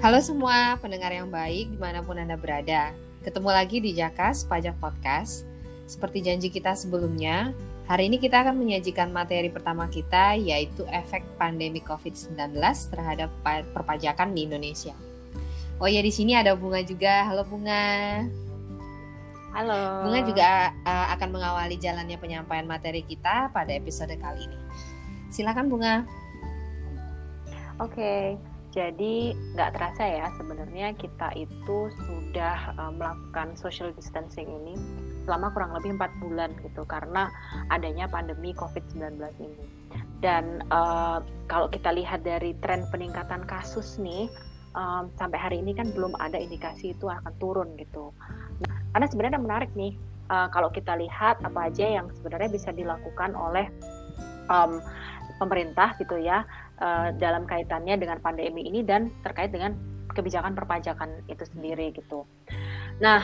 Halo semua pendengar yang baik dimanapun Anda berada. Ketemu lagi di Jakas Pajak Podcast. Seperti janji kita sebelumnya, hari ini kita akan menyajikan materi pertama kita, yaitu efek pandemi COVID-19 terhadap perpajakan di Indonesia. Oh ya, di sini ada Bunga juga. Halo Bunga. Halo. Bunga juga akan mengawali jalannya penyampaian materi kita pada episode kali ini. Silakan Bunga. Oke. Jadi nggak terasa ya sebenarnya kita itu sudah melakukan social distancing ini selama kurang lebih 4 bulan gitu karena adanya pandemi COVID-19 ini. Dan kalau kita lihat dari tren peningkatan kasus nih, sampai hari ini kan belum ada indikasi itu akan turun gitu. Nah, karena sebenarnya menarik nih, kalau kita lihat apa aja yang sebenarnya bisa dilakukan oleh pemerintah gitu ya, dalam kaitannya dengan pandemi ini dan terkait dengan kebijakan perpajakan itu sendiri gitu. Nah,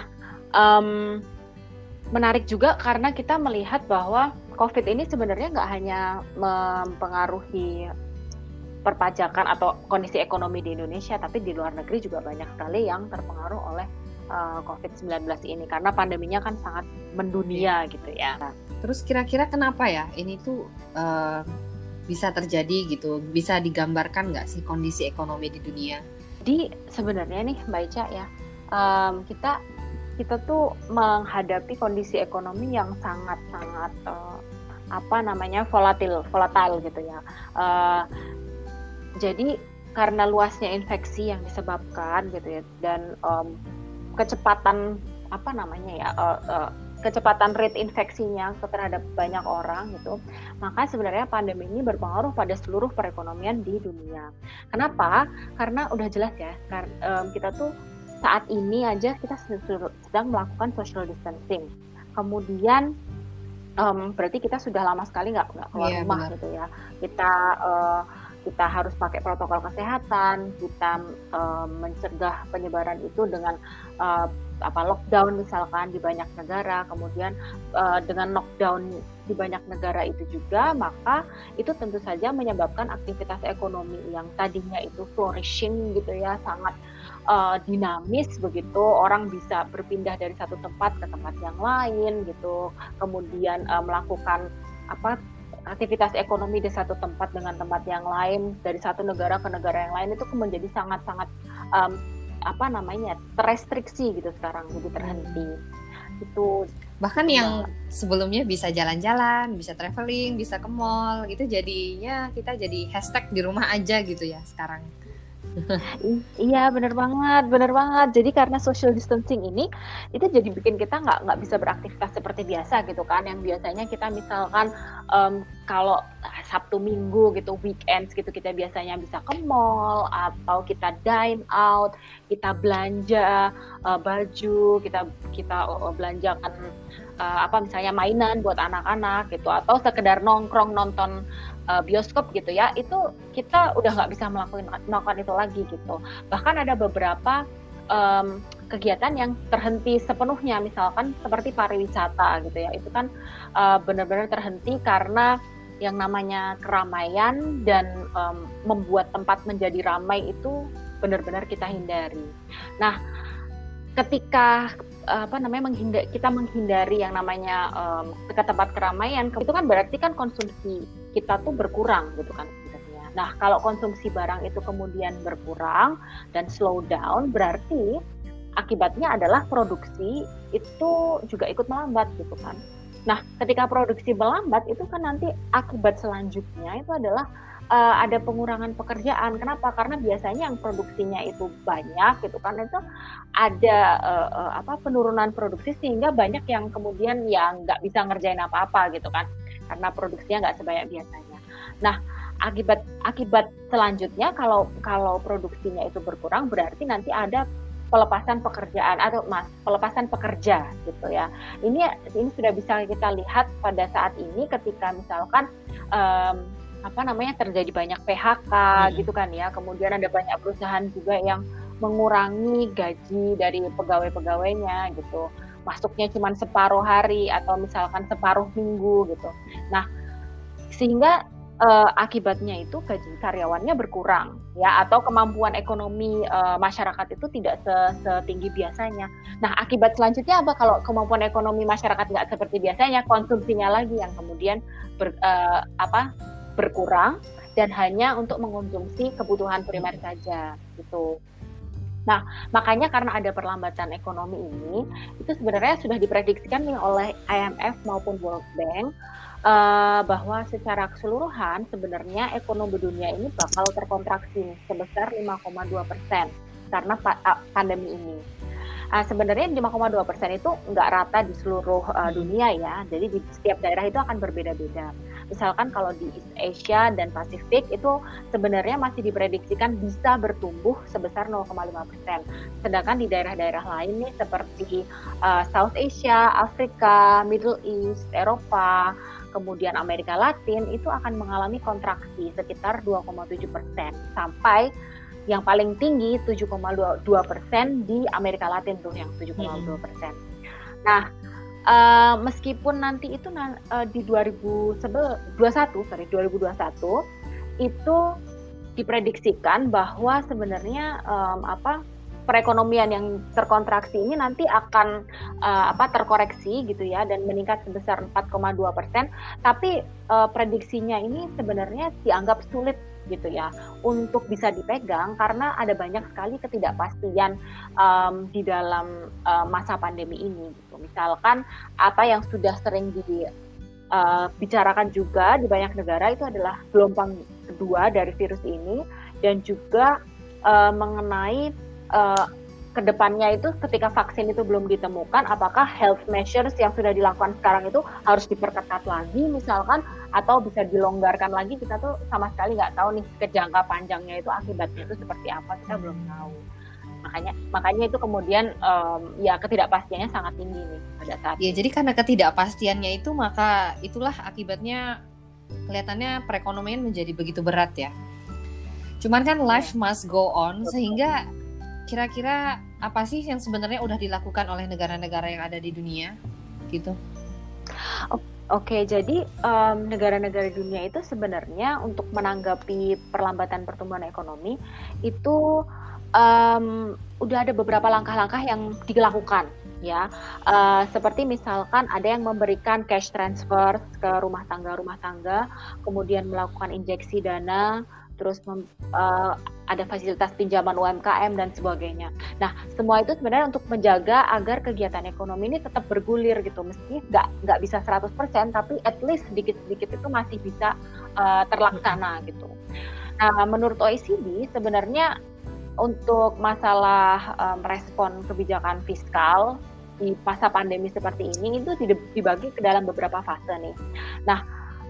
menarik juga karena kita melihat bahwa COVID ini sebenarnya nggak hanya mempengaruhi perpajakan atau kondisi ekonomi di Indonesia, tapi di luar negeri juga banyak sekali yang terpengaruh oleh COVID-19 ini karena pandeminya kan sangat mendunia gitu ya. Terus kira-kira kenapa ya ini tuh bisa terjadi gitu, bisa digambarkan nggak sih kondisi ekonomi di dunia? Jadi sebenarnya nih Mbak Ica ya, kita tuh menghadapi kondisi ekonomi yang sangat-sangat volatile gitu ya. Jadi karena luasnya infeksi yang disebabkan gitu ya, dan kecepatan kecepatan rate infeksinya terhadap banyak orang gitu, maka sebenarnya pandemi ini berpengaruh pada seluruh perekonomian di dunia. Kenapa? Karena udah jelas ya, kita tuh saat ini aja kita sedang melakukan social distancing. Kemudian berarti kita sudah lama sekali nggak keluar rumah benar. Gitu ya. Kita harus pakai protokol kesehatan, kita mencegah penyebaran itu dengan lockdown misalkan di banyak negara, kemudian dengan lockdown di banyak negara itu juga, maka itu tentu saja menyebabkan aktivitas ekonomi yang tadinya itu flourishing gitu ya, sangat dinamis begitu, orang bisa berpindah dari satu tempat ke tempat yang lain gitu, kemudian melakukan aktivitas ekonomi di satu tempat dengan tempat yang lain, dari satu negara ke negara yang lain, itu menjadi sangat-sangat terrestriksi gitu sekarang, jadi terhenti. Itu bahkan yang sebelumnya bisa jalan-jalan, bisa traveling, bisa ke mall, itu jadinya kita jadi hashtag di rumah aja gitu ya sekarang. Iya benar banget. Jadi karena social distancing ini itu jadi bikin kita nggak bisa beraktivitas seperti biasa gitu kan, yang biasanya kita misalkan kalau Sabtu Minggu gitu, weekends gitu, kita biasanya bisa ke mall atau kita dine out, kita belanja baju, kita belanjakan misalnya mainan buat anak-anak gitu, atau sekedar nongkrong nonton bioskop gitu ya, itu kita udah nggak bisa melakukan itu lagi gitu. Bahkan ada beberapa kegiatan yang terhenti sepenuhnya, misalkan seperti pariwisata gitu ya, itu kan benar-benar terhenti karena yang namanya keramaian dan membuat tempat menjadi ramai itu benar-benar kita hindari. Nah, ketika kita menghindari yang namanya ke tempat keramaian, itu kan berarti kan konsumsi kita tuh berkurang gitu kan sebenarnya. Nah, kalau konsumsi barang itu kemudian berkurang dan slow down, berarti akibatnya adalah produksi itu juga ikut melambat gitu kan. Nah, ketika produksi melambat itu kan nanti akibat selanjutnya itu adalah ada pengurangan pekerjaan. Kenapa? Karena biasanya yang produksinya itu banyak gitu kan, itu ada penurunan produksi sehingga banyak yang kemudian yang nggak bisa ngerjain apa-apa gitu kan, karena produksinya nggak sebanyak biasanya. Nah, akibat selanjutnya kalau produksinya itu berkurang, berarti nanti ada pelepasan pekerjaan atau pelepasan pekerja gitu ya. Ini sudah bisa kita lihat pada saat ini ketika misalkan terjadi banyak PHK gitu kan ya. Kemudian ada banyak perusahaan juga yang mengurangi gaji dari pegawai-pegawainya gitu. Masuknya cuma separuh hari atau misalkan separuh minggu gitu. Nah, sehingga akibatnya itu gaji karyawannya berkurang ya, atau kemampuan ekonomi masyarakat itu tidak setinggi biasanya. Nah, akibat selanjutnya apa? Kalau kemampuan ekonomi masyarakat nggak seperti biasanya, konsumsinya lagi yang kemudian berkurang dan hanya untuk mengkonsumsi kebutuhan primer saja gitu. Nah, makanya karena ada perlambatan ekonomi ini, itu sebenarnya sudah diprediksikan nih oleh IMF maupun World Bank bahwa secara keseluruhan sebenarnya ekonomi dunia ini bakal terkontraksi sebesar 5,2% karena pandemi ini. Sebenarnya 5,2% itu nggak rata di seluruh dunia ya, jadi di setiap daerah itu akan berbeda-beda. Misalkan kalau di East Asia dan Pasifik itu sebenarnya masih diprediksikan bisa bertumbuh sebesar 0,5%. Sedangkan di daerah-daerah lain nih seperti South Asia, Afrika, Middle East, Eropa, kemudian Amerika Latin itu akan mengalami kontraksi sekitar 2,7% sampai yang paling tinggi 7,2% di Amerika Latin tuh yang 7,2%. Nah, meskipun nanti itu di 2021 itu diprediksikan bahwa sebenarnya perekonomian yang terkontraksi ini nanti akan terkoreksi gitu ya dan meningkat sebesar 4,2%, tapi prediksinya ini sebenarnya dianggap sulit gitu ya untuk bisa dipegang karena ada banyak sekali ketidakpastian di dalam masa pandemi ini gitu. Misalkan apa yang sudah sering dibicarakan juga di banyak negara itu adalah gelombang kedua dari virus ini dan juga mengenai kedepannya itu ketika vaksin itu belum ditemukan, apakah health measures yang sudah dilakukan sekarang itu harus diperketat lagi misalkan atau bisa dilonggarkan lagi, kita tuh sama sekali nggak tahu nih kejangka panjangnya itu akibatnya itu seperti apa, kita belum tahu. Makanya itu kemudian ya ketidakpastiannya sangat tinggi nih pada saat ini. Jadi karena ketidakpastiannya itu maka itulah akibatnya kelihatannya perekonomian menjadi begitu berat ya. Cuman kan life must go on, sehingga kira-kira apa sih yang sebenarnya udah dilakukan oleh negara-negara yang ada di dunia gitu? Oke, jadi negara-negara dunia itu sebenarnya untuk menanggapi perlambatan pertumbuhan ekonomi itu udah ada beberapa langkah-langkah yang dilakukan ya, seperti misalkan ada yang memberikan cash transfer ke rumah tangga, kemudian melakukan injeksi dana, terus ada fasilitas pinjaman UMKM dan sebagainya. Nah, semua itu sebenarnya untuk menjaga agar kegiatan ekonomi ini tetap bergulir gitu. Meski nggak bisa 100%, tapi at least sedikit-sedikit itu masih bisa terlaksana gitu. Nah, menurut OECD sebenarnya untuk masalah respon kebijakan fiskal di masa pandemi seperti ini itu dibagi ke dalam beberapa fase nih. Nah,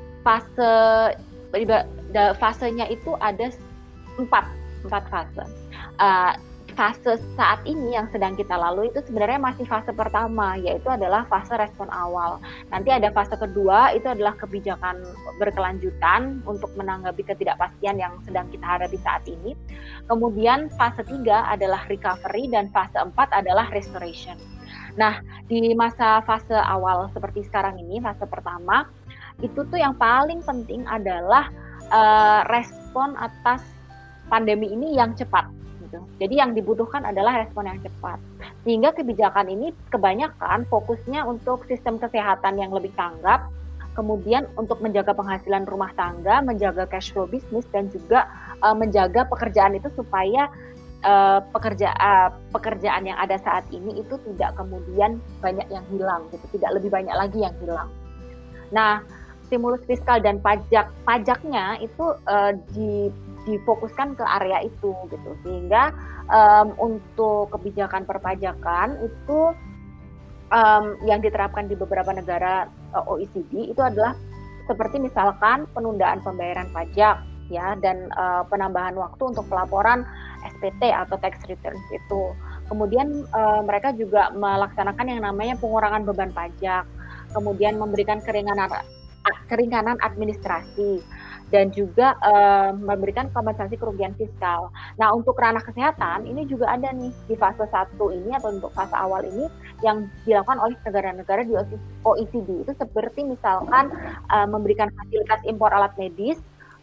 fasenya itu ada empat fase. Fase saat ini yang sedang kita lalui itu sebenarnya masih fase pertama, yaitu adalah fase respon awal. Nanti ada fase kedua, itu adalah kebijakan berkelanjutan untuk menanggapi ketidakpastian yang sedang kita hadapi saat ini. Kemudian fase 3 adalah recovery dan fase 4 adalah restoration. Nah, di masa fase awal seperti sekarang ini, fase pertama, itu tuh yang paling penting adalah respon atas pandemi ini yang cepat. Gitu. Jadi yang dibutuhkan adalah respon yang cepat. Sehingga kebijakan ini kebanyakan fokusnya untuk sistem kesehatan yang lebih tanggap, kemudian untuk menjaga penghasilan rumah tangga, menjaga cash flow bisnis, dan juga menjaga pekerjaan itu supaya pekerjaan yang ada saat ini itu tidak kemudian banyak yang hilang, gitu. Tidak lebih banyak lagi yang hilang. Nah, stimulus fiskal dan pajaknya itu difokuskan ke area itu gitu, sehingga untuk kebijakan perpajakan itu yang diterapkan di beberapa negara OECD itu adalah seperti misalkan penundaan pembayaran pajak ya, dan penambahan waktu untuk pelaporan SPT atau tax returns itu. Kemudian mereka juga melaksanakan yang namanya pengurangan beban pajak, kemudian memberikan keringanan administrasi, dan juga memberikan kompensasi kerugian fiskal. Nah, untuk ranah kesehatan ini juga ada nih di fase 1 ini atau untuk fase awal ini yang dilakukan oleh negara-negara di OECD itu seperti misalkan memberikan fasilitas impor alat medis,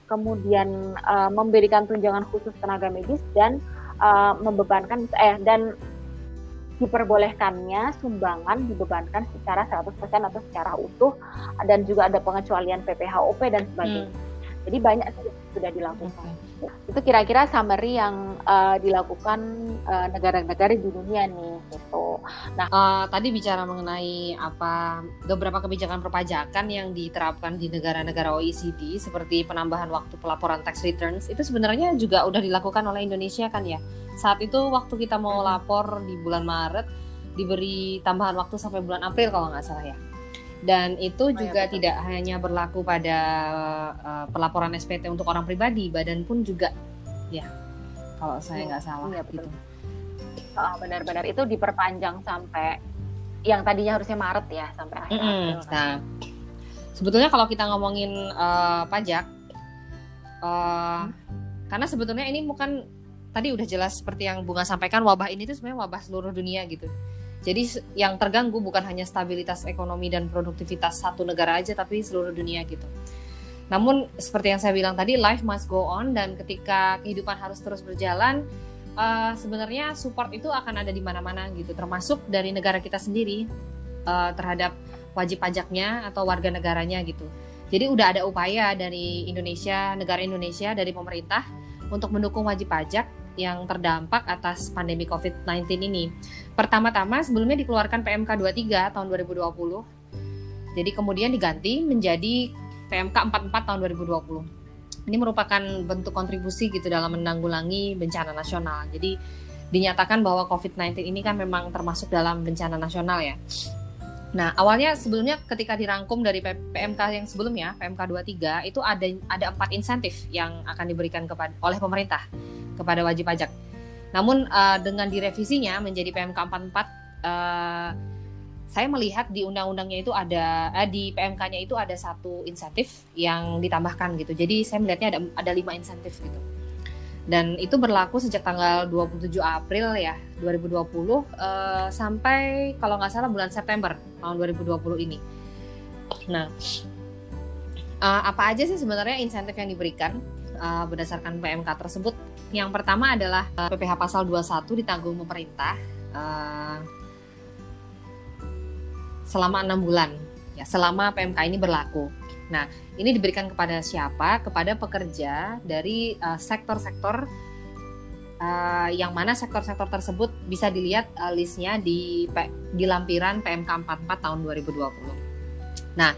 kemudian memberikan tunjangan khusus tenaga medis dan membebankan dan diperbolehkannya sumbangan dibebankan secara 100% atau secara utuh, dan juga ada pengecualian PPHOP dan sebagainya. Jadi banyak yang sudah dilakukan. Itu kira-kira summary yang dilakukan negara-negara di dunia nih gitu. Nah, tadi bicara mengenai beberapa kebijakan perpajakan yang diterapkan di negara-negara OECD seperti penambahan waktu pelaporan tax returns, itu sebenarnya juga udah dilakukan oleh Indonesia kan ya. Saat itu waktu kita mau lapor di bulan Maret diberi tambahan waktu sampai bulan April kalau nggak salah ya. Dan itu juga tidak hanya berlaku pada pelaporan SPT untuk orang pribadi, badan pun juga ya, kalau saya nggak salah gitu. Benar-benar itu diperpanjang sampai yang tadinya harusnya Maret ya, sampai akhir April. Nah, sebetulnya kalau kita ngomongin pajak, karena sebetulnya ini bukan, tadi udah jelas seperti yang Bunga sampaikan, wabah ini tuh sebenarnya wabah seluruh dunia gitu. Jadi yang terganggu bukan hanya stabilitas ekonomi dan produktivitas satu negara aja, tapi seluruh dunia gitu. Namun seperti yang saya bilang tadi, life must go on, dan ketika kehidupan harus terus berjalan, sebenarnya support itu akan ada di mana-mana gitu, termasuk dari negara kita sendiri terhadap wajib pajaknya atau warga negaranya gitu. Jadi udah ada upaya dari Indonesia, negara Indonesia, dari pemerintah untuk mendukung wajib pajak yang terdampak atas pandemi COVID-19 ini. Pertama-tama sebelumnya dikeluarkan PMK 23 tahun 2020. Jadi kemudian diganti menjadi PMK 44 tahun 2020. Ini merupakan bentuk kontribusi gitu dalam menanggulangi bencana nasional. Jadi dinyatakan bahwa COVID-19 ini kan memang termasuk dalam bencana nasional ya. Nah, awalnya sebelumnya ketika dirangkum dari PMK yang sebelumnya, PMK 23, itu ada 4 insentif yang akan diberikan oleh pemerintah kepada wajib pajak. Namun dengan direvisinya menjadi PMK 44, saya melihat di undang-undangnya itu di PMK-nya itu ada 1 insentif yang ditambahkan gitu. Jadi saya melihatnya ada 5 insentif gitu. Dan itu berlaku sejak tanggal 27 April ya 2020 sampai kalau nggak salah bulan September tahun 2020 ini. Nah, apa aja sih sebenarnya insentif yang diberikan berdasarkan PMK tersebut? Yang pertama adalah PPh pasal 21 ditanggung pemerintah selama 6 bulan ya, selama PMK ini berlaku. Nah, ini diberikan kepada siapa? Kepada pekerja dari sektor-sektor yang mana sektor-sektor tersebut bisa dilihat listnya di lampiran PMK 44 tahun 2020. Nah,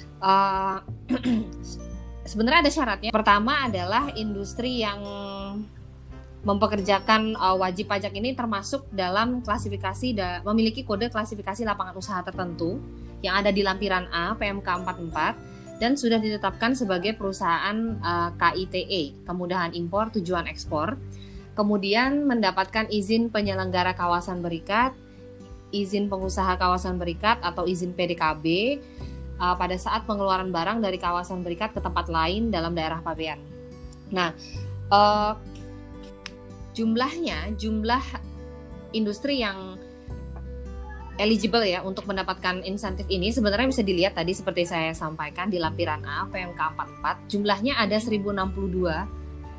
sebenarnya ada syaratnya. Pertama adalah industri yang mempekerjakan wajib pajak ini termasuk dalam klasifikasi memiliki kode klasifikasi lapangan usaha tertentu yang ada di lampiran A PMK 44 dan sudah ditetapkan sebagai perusahaan KITE, kemudahan impor tujuan ekspor, kemudian mendapatkan izin penyelenggara kawasan berikat, izin pengusaha kawasan berikat atau izin PDKB pada saat pengeluaran barang dari kawasan berikat ke tempat lain dalam daerah pabean. Nah, jumlah industri yang eligible ya untuk mendapatkan insentif ini sebenarnya bisa dilihat tadi seperti saya sampaikan di lampiran A PMK 44, jumlahnya ada 1062.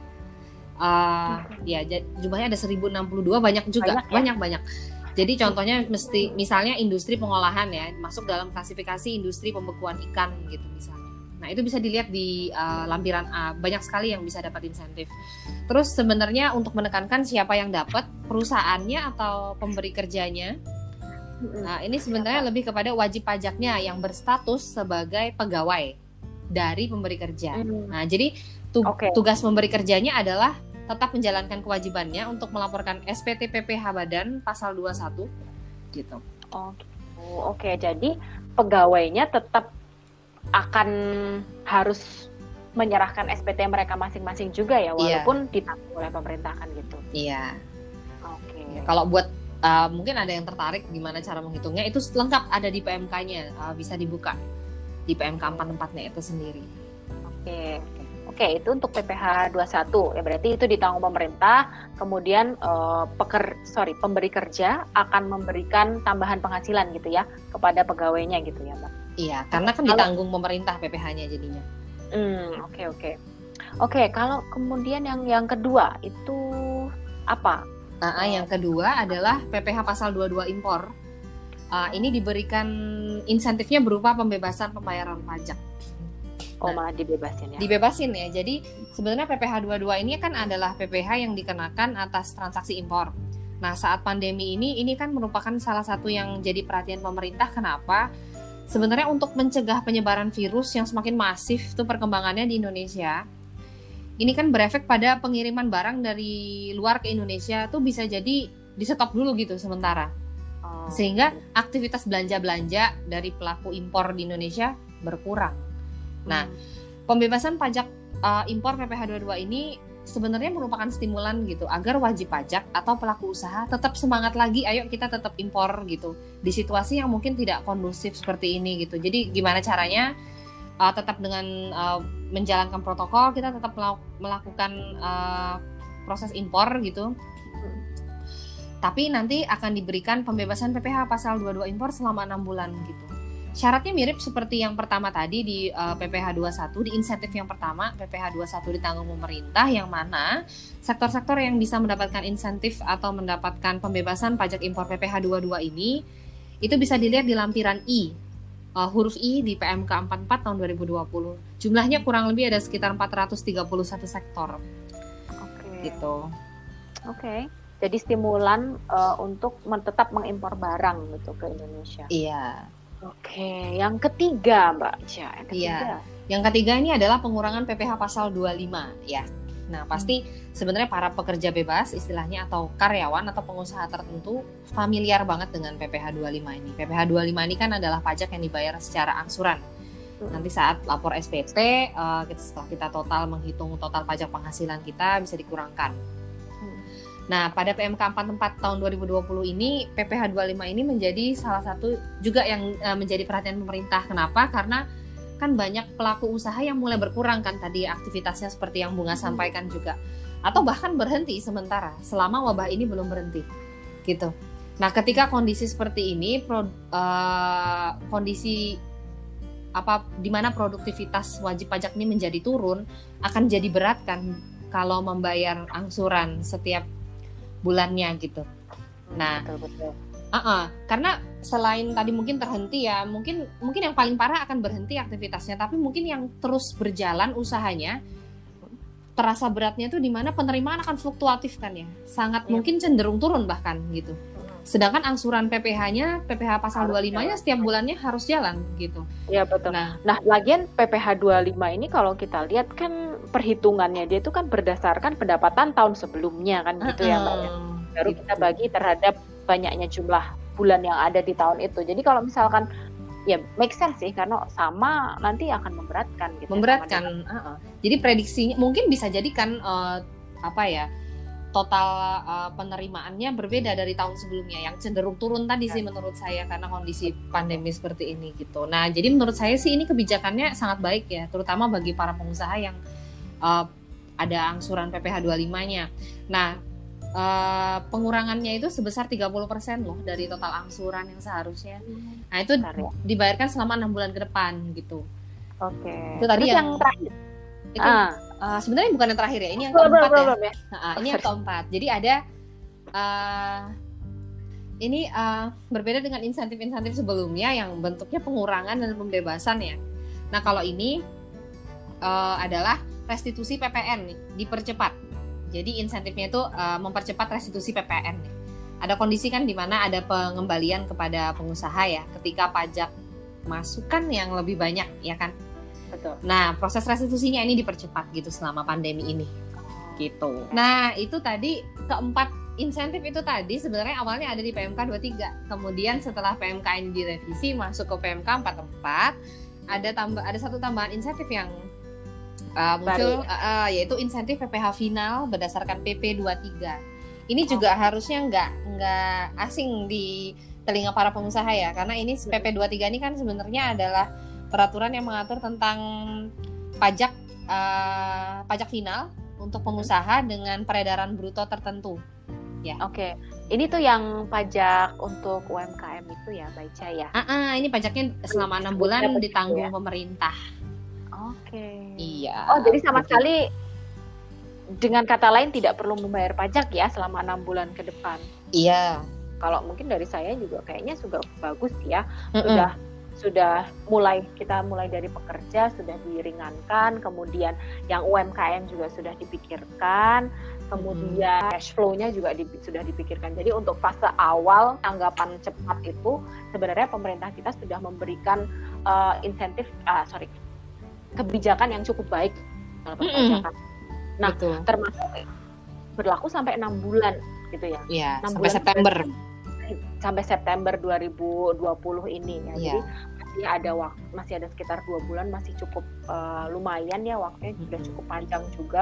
Ya, jumlahnya ada 1062, banyak juga, banyak. Jadi contohnya misalnya industri pengolahan ya, masuk dalam klasifikasi industri pembekuan ikan gitu misalnya. Nah, itu bisa dilihat di lampiran A, banyak sekali yang bisa dapat insentif. Terus sebenarnya untuk menekankan siapa yang dapat, perusahaannya atau pemberi kerjanya. Nah, ini sebenarnya lebih kepada wajib pajaknya yang berstatus sebagai pegawai dari pemberi kerja. Nah, jadi tugas pemberi kerjanya adalah tetap menjalankan kewajibannya untuk melaporkan SPT PPh Badan pasal 21 gitu. Oke, jadi pegawainya tetap akan harus menyerahkan SPT mereka masing-masing juga ya, walaupun ditanggung oleh pemerintah kan gitu. Iya. Kalau buat mungkin ada yang tertarik gimana cara menghitungnya, itu lengkap ada di PMK-nya, bisa dibuka di PMK 44-nya itu sendiri. Oke, itu untuk PPh 21 ya, berarti itu ditanggung pemerintah, kemudian pemberi kerja akan memberikan tambahan penghasilan gitu ya kepada pegawainya gitu ya, Mbak. Iya, karena kan ditanggung pemerintah PPh-nya jadinya. Oke. Oke, kalau kemudian yang kedua itu apa? Yang kedua adalah PPh pasal 22 impor. Ini diberikan insentifnya berupa pembebasan pembayaran pajak. Malah dibebasin ya? Dibebasin ya. Jadi sebenarnya PPh 22 ini kan adalah PPh yang dikenakan atas transaksi impor. Nah, saat pandemi ini kan merupakan salah satu yang jadi perhatian pemerintah. Kenapa? Sebenarnya untuk mencegah penyebaran virus yang semakin masif tuh perkembangannya di Indonesia. Ini kan berefek pada pengiriman barang dari luar ke Indonesia tuh bisa jadi di stop dulu gitu sementara. Sehingga aktivitas belanja-belanja dari pelaku impor di Indonesia berkurang. Nah, pembebasan pajak impor PPh 22 ini sebenarnya merupakan stimulan gitu agar wajib pajak atau pelaku usaha tetap semangat lagi, ayo kita tetap impor gitu di situasi yang mungkin tidak kondusif seperti ini gitu. Jadi gimana caranya tetap dengan menjalankan protokol, kita tetap melakukan proses impor gitu. Tapi nanti akan diberikan pembebasan PPh pasal 22 impor selama 6 bulan gitu. Syaratnya mirip seperti yang pertama tadi di PPh 21, di insentif yang pertama PPh 21 ditanggung pemerintah, yang mana sektor-sektor yang bisa mendapatkan insentif atau mendapatkan pembebasan pajak impor PPh 22 ini itu bisa dilihat di lampiran I, huruf I di PMK 44 tahun 2020. Jumlahnya kurang lebih ada sekitar 431 sektor. Gitu. Oke. Jadi stimulan untuk tetap mengimpor barang gitu ke Indonesia. Iya. Oke, yang ketiga Mbak Cia. Yang ketiga ini adalah pengurangan PPh pasal 25 ya. Nah, pasti sebenarnya para pekerja bebas istilahnya atau karyawan atau pengusaha tertentu familiar banget dengan PPh 25 ini. PPh 25 ini kan adalah pajak yang dibayar secara angsuran. Nanti saat lapor SPT, setelah kita total menghitung total pajak penghasilan kita bisa dikurangkan. Nah, pada PMK 44 tahun 2020 ini, PPh 25 ini menjadi salah satu juga yang menjadi perhatian pemerintah. Kenapa? Karena kan banyak pelaku usaha yang mulai berkurang kan tadi aktivitasnya seperti yang Bunga sampaikan juga. Atau bahkan berhenti sementara selama wabah ini belum berhenti. Gitu. Nah, ketika kondisi seperti ini, kondisi di mana produktivitas wajib pajak ini menjadi turun, akan jadi berat kan kalau membayar angsuran setiap bulannya gitu. Nah, betul. Karena selain tadi mungkin terhenti ya, mungkin yang paling parah akan berhenti aktivitasnya, tapi mungkin yang terus berjalan usahanya terasa beratnya tuh di mana penerimaan akan fluktuatif kan ya, sangat mungkin cenderung turun bahkan gitu. Sedangkan angsuran PPh-nya, PPh pasal 25-nya setiap bulannya harus jalan gitu. Iya betul. Nah, lagian PPh 25 ini kalau kita lihat kan perhitungannya dia itu kan berdasarkan pendapatan tahun sebelumnya kan gitu ya Mbak. Baru gitu. Kita bagi terhadap banyaknya jumlah bulan yang ada di tahun itu. Jadi kalau misalkan ya make sense sih karena sama nanti akan memberatkan gitu. Memberatkan. Jadi prediksinya mungkin bisa jadikan total penerimaannya berbeda dari tahun sebelumnya yang cenderung turun tadi sih menurut saya karena kondisi pandemi seperti ini gitu. Nah, jadi menurut saya sih ini kebijakannya sangat baik ya, terutama bagi para pengusaha yang ada angsuran PPh 25-nya. Nah, pengurangannya itu sebesar 30% loh dari total angsuran yang seharusnya. Nah, itu dibayarkan selama 6 bulan ke depan gitu. Oke. Itu tadi yang terakhir. Itu sebenarnya bukan yang terakhir ya, ini yang keempat ya. Ini yang keempat. Jadi ada ini berbeda dengan insentif-insentif sebelumnya yang bentuknya pengurangan dan pembebasan ya. Nah, kalau ini adalah restitusi PPN nih, dipercepat. Jadi insentifnya itu mempercepat restitusi PPN nih. Ada kondisi kan di mana ada pengembalian kepada pengusaha ya ketika pajak masukan yang lebih banyak ya kan. Betul. Nah, proses restitusinya ini dipercepat gitu selama pandemi ini. Gitu. Nah, itu tadi keempat insentif itu tadi sebenarnya awalnya ada di PMK 23. Kemudian setelah PMK ini direvisi masuk ke PMK 44, ada satu tambahan insentif yang muncul yaitu insentif PPh final berdasarkan PP 23. Ini juga harusnya nggak asing di telinga para pengusaha ya, karena ini PP 23 ini kan sebenarnya adalah peraturan yang mengatur tentang pajak final untuk pengusaha dengan peredaran bruto tertentu. Ya. Oke. Ini tuh yang pajak untuk UMKM itu ya, Baica ya? Ini pajaknya selama 6 bulan ditanggung pemerintah. Oke. Iya. Oh, jadi sama begitu. sekali dengan kata lain tidak perlu membayar pajak ya selama 6 bulan ke depan. Iya. Kalau mungkin dari saya juga kayaknya sudah bagus ya. Mm-mm. Sudah kita mulai dari pekerja sudah diringankan, kemudian yang UMKM juga sudah dipikirkan, kemudian cash flow-nya juga sudah dipikirkan. Jadi untuk fase awal tanggapan cepat itu sebenarnya pemerintah kita sudah memberikan kebijakan yang cukup baik dalam perpajakan. Nah, Betul. termasuk berlaku sampai 6 bulan gitu ya. Iya, 6 sampai bulan September. Sampai September 2020 ini ya. Iya. Jadi masih ada sekitar 2 bulan, masih cukup lumayan ya, waktunya sudah cukup panjang juga.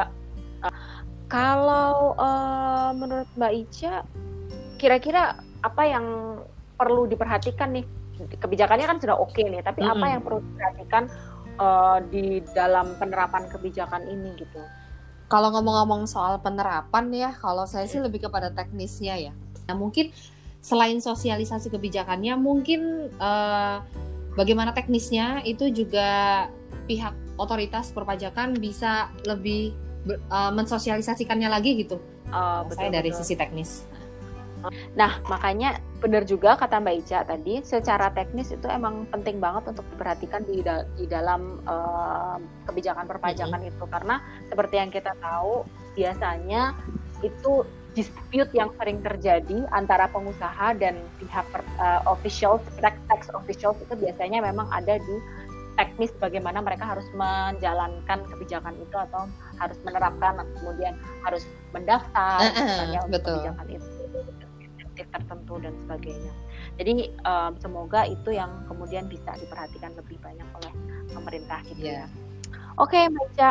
Kalau menurut Mbak Ica, kira-kira apa yang perlu diperhatikan nih? Kebijakannya kan sudah oke nih, tapi apa yang perlu diperhatikan di dalam penerapan kebijakan ini gitu? Kalau ngomong-ngomong soal penerapan ya, kalau saya sih lebih kepada teknisnya ya. Nah, mungkin selain sosialisasi kebijakannya, mungkin bagaimana teknisnya itu juga pihak otoritas perpajakan bisa lebih mensosialisasikannya lagi gitu. Saya dari sisi teknis. Nah, makanya benar juga kata Mbak Ica tadi, secara teknis itu emang penting banget untuk diperhatikan di dalam kebijakan perpajakan itu, karena seperti yang kita tahu biasanya itu dispute yang sering terjadi antara pengusaha dan pihak tax officials itu biasanya memang ada di teknis bagaimana mereka harus menjalankan kebijakan itu atau harus menerapkan, kemudian harus mendaftar untuk kebijakan itu tertentu dan sebagainya. Jadi semoga itu yang kemudian bisa diperhatikan lebih banyak oleh pemerintah gitu ya. Oke, Mbak Ica,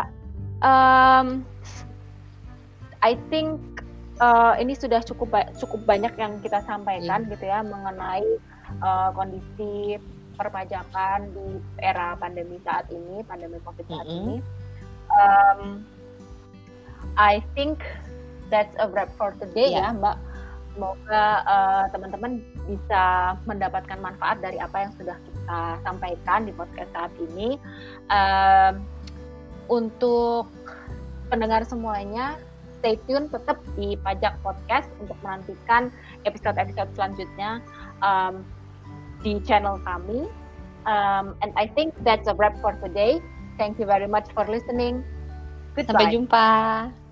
I think ini sudah cukup banyak yang kita sampaikan gitu ya mengenai kondisi perpajakan di era pandemi saat ini, pandemi COVID saat ini. I think that's a wrap for today ya, Mbak. Semoga teman-teman bisa mendapatkan manfaat dari apa yang sudah kita sampaikan di podcast saat ini. Untuk pendengar semuanya, stay tune tetap di Pajak Podcast untuk menantikan episode-episode selanjutnya di channel kami. And I think that's a wrap for today. Thank you very much for listening. Goodbye. Sampai jumpa.